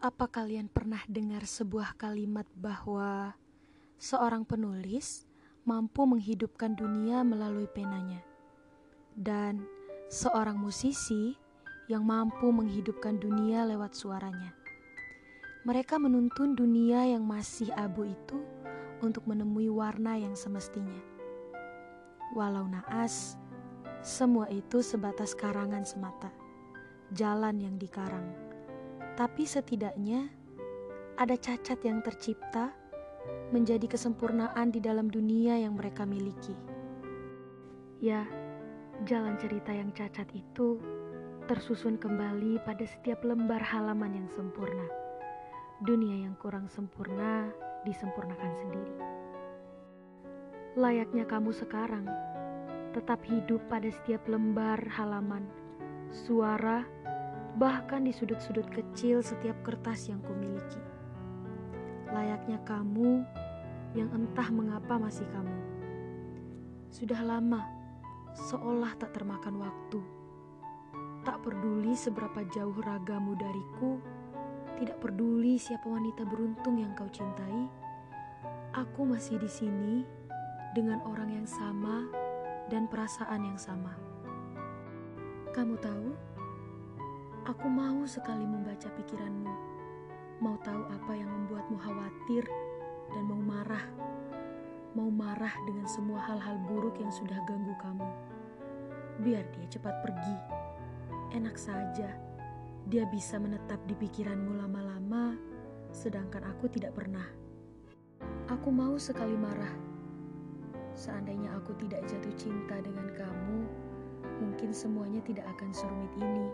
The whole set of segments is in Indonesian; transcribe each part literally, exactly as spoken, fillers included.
Apa kalian pernah dengar sebuah kalimat bahwa seorang penulis mampu menghidupkan dunia melalui penanya, dan seorang musisi yang mampu menghidupkan dunia lewat suaranya? Mereka menuntun dunia yang masih abu itu untuk menemui warna yang semestinya. Walau naas, semua itu sebatas karangan semata, jalan yang dikarang. Tapi setidaknya ada cacat yang tercipta menjadi kesempurnaan di dalam dunia yang mereka miliki. Ya, jalan cerita yang cacat itu tersusun kembali pada setiap lembar halaman yang sempurna. Dunia yang kurang sempurna disempurnakan sendiri. Layaknya kamu sekarang, tetap hidup pada setiap lembar halaman, suara, bahkan di sudut-sudut kecil setiap kertas yang kumiliki. Layaknya kamu yang entah mengapa masih kamu. Sudah lama, seolah tak termakan waktu. Tak peduli seberapa jauh ragamu dariku, tidak peduli siapa wanita beruntung yang kau cintai, aku masih di sini dengan orang yang sama dan perasaan yang sama. Kamu tahu, aku mau sekali membaca pikiranmu, mau tahu apa yang membuatmu khawatir dan mau marah, mau marah dengan semua hal-hal buruk yang sudah ganggu kamu. Biar dia cepat pergi, enak saja, dia bisa menetap di pikiranmu lama-lama, sedangkan aku tidak pernah. Aku mau sekali marah. Seandainya aku tidak jatuh cinta dengan kamu, mungkin semuanya tidak akan serumit ini.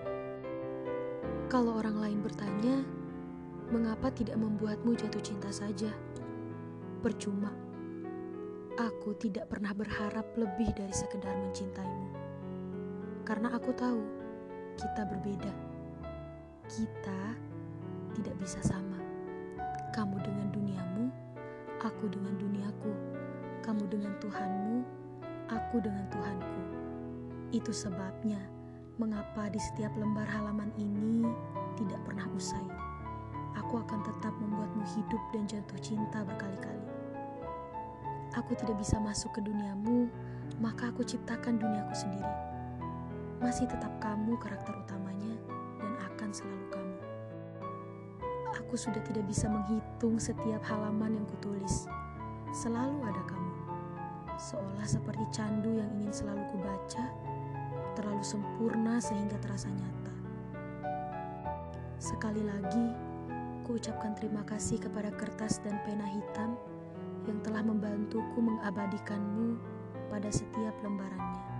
Kalau orang lain bertanya, mengapa tidak membuatmu jatuh cinta saja? Percuma. Aku tidak pernah berharap lebih dari sekedar mencintaimu. Karena aku tahu, kita berbeda. Kita tidak bisa sama. Kamu dengan duniamu, aku dengan duniaku. Kamu dengan Tuhanmu, aku dengan Tuhanku. Itu sebabnya mengapa di setiap lembar halaman ini tidak pernah usai. Aku akan tetap membuatmu hidup dan jatuh cinta berkali-kali. Aku tidak bisa masuk ke duniamu, maka aku ciptakan duniaku sendiri. Masih tetap kamu karakter utamanya dan akan selalu kamu. Aku sudah tidak bisa menghitung setiap halaman yang kutulis. Selalu ada kamu. Seolah seperti candu yang ingin selalu kubaca, terlalu sempurna sehingga terasa nyata. Sekali lagi, kuucapkan terima kasih kepada kertas dan pena hitam yang telah membantuku mengabadikanmu pada setiap lembarannya.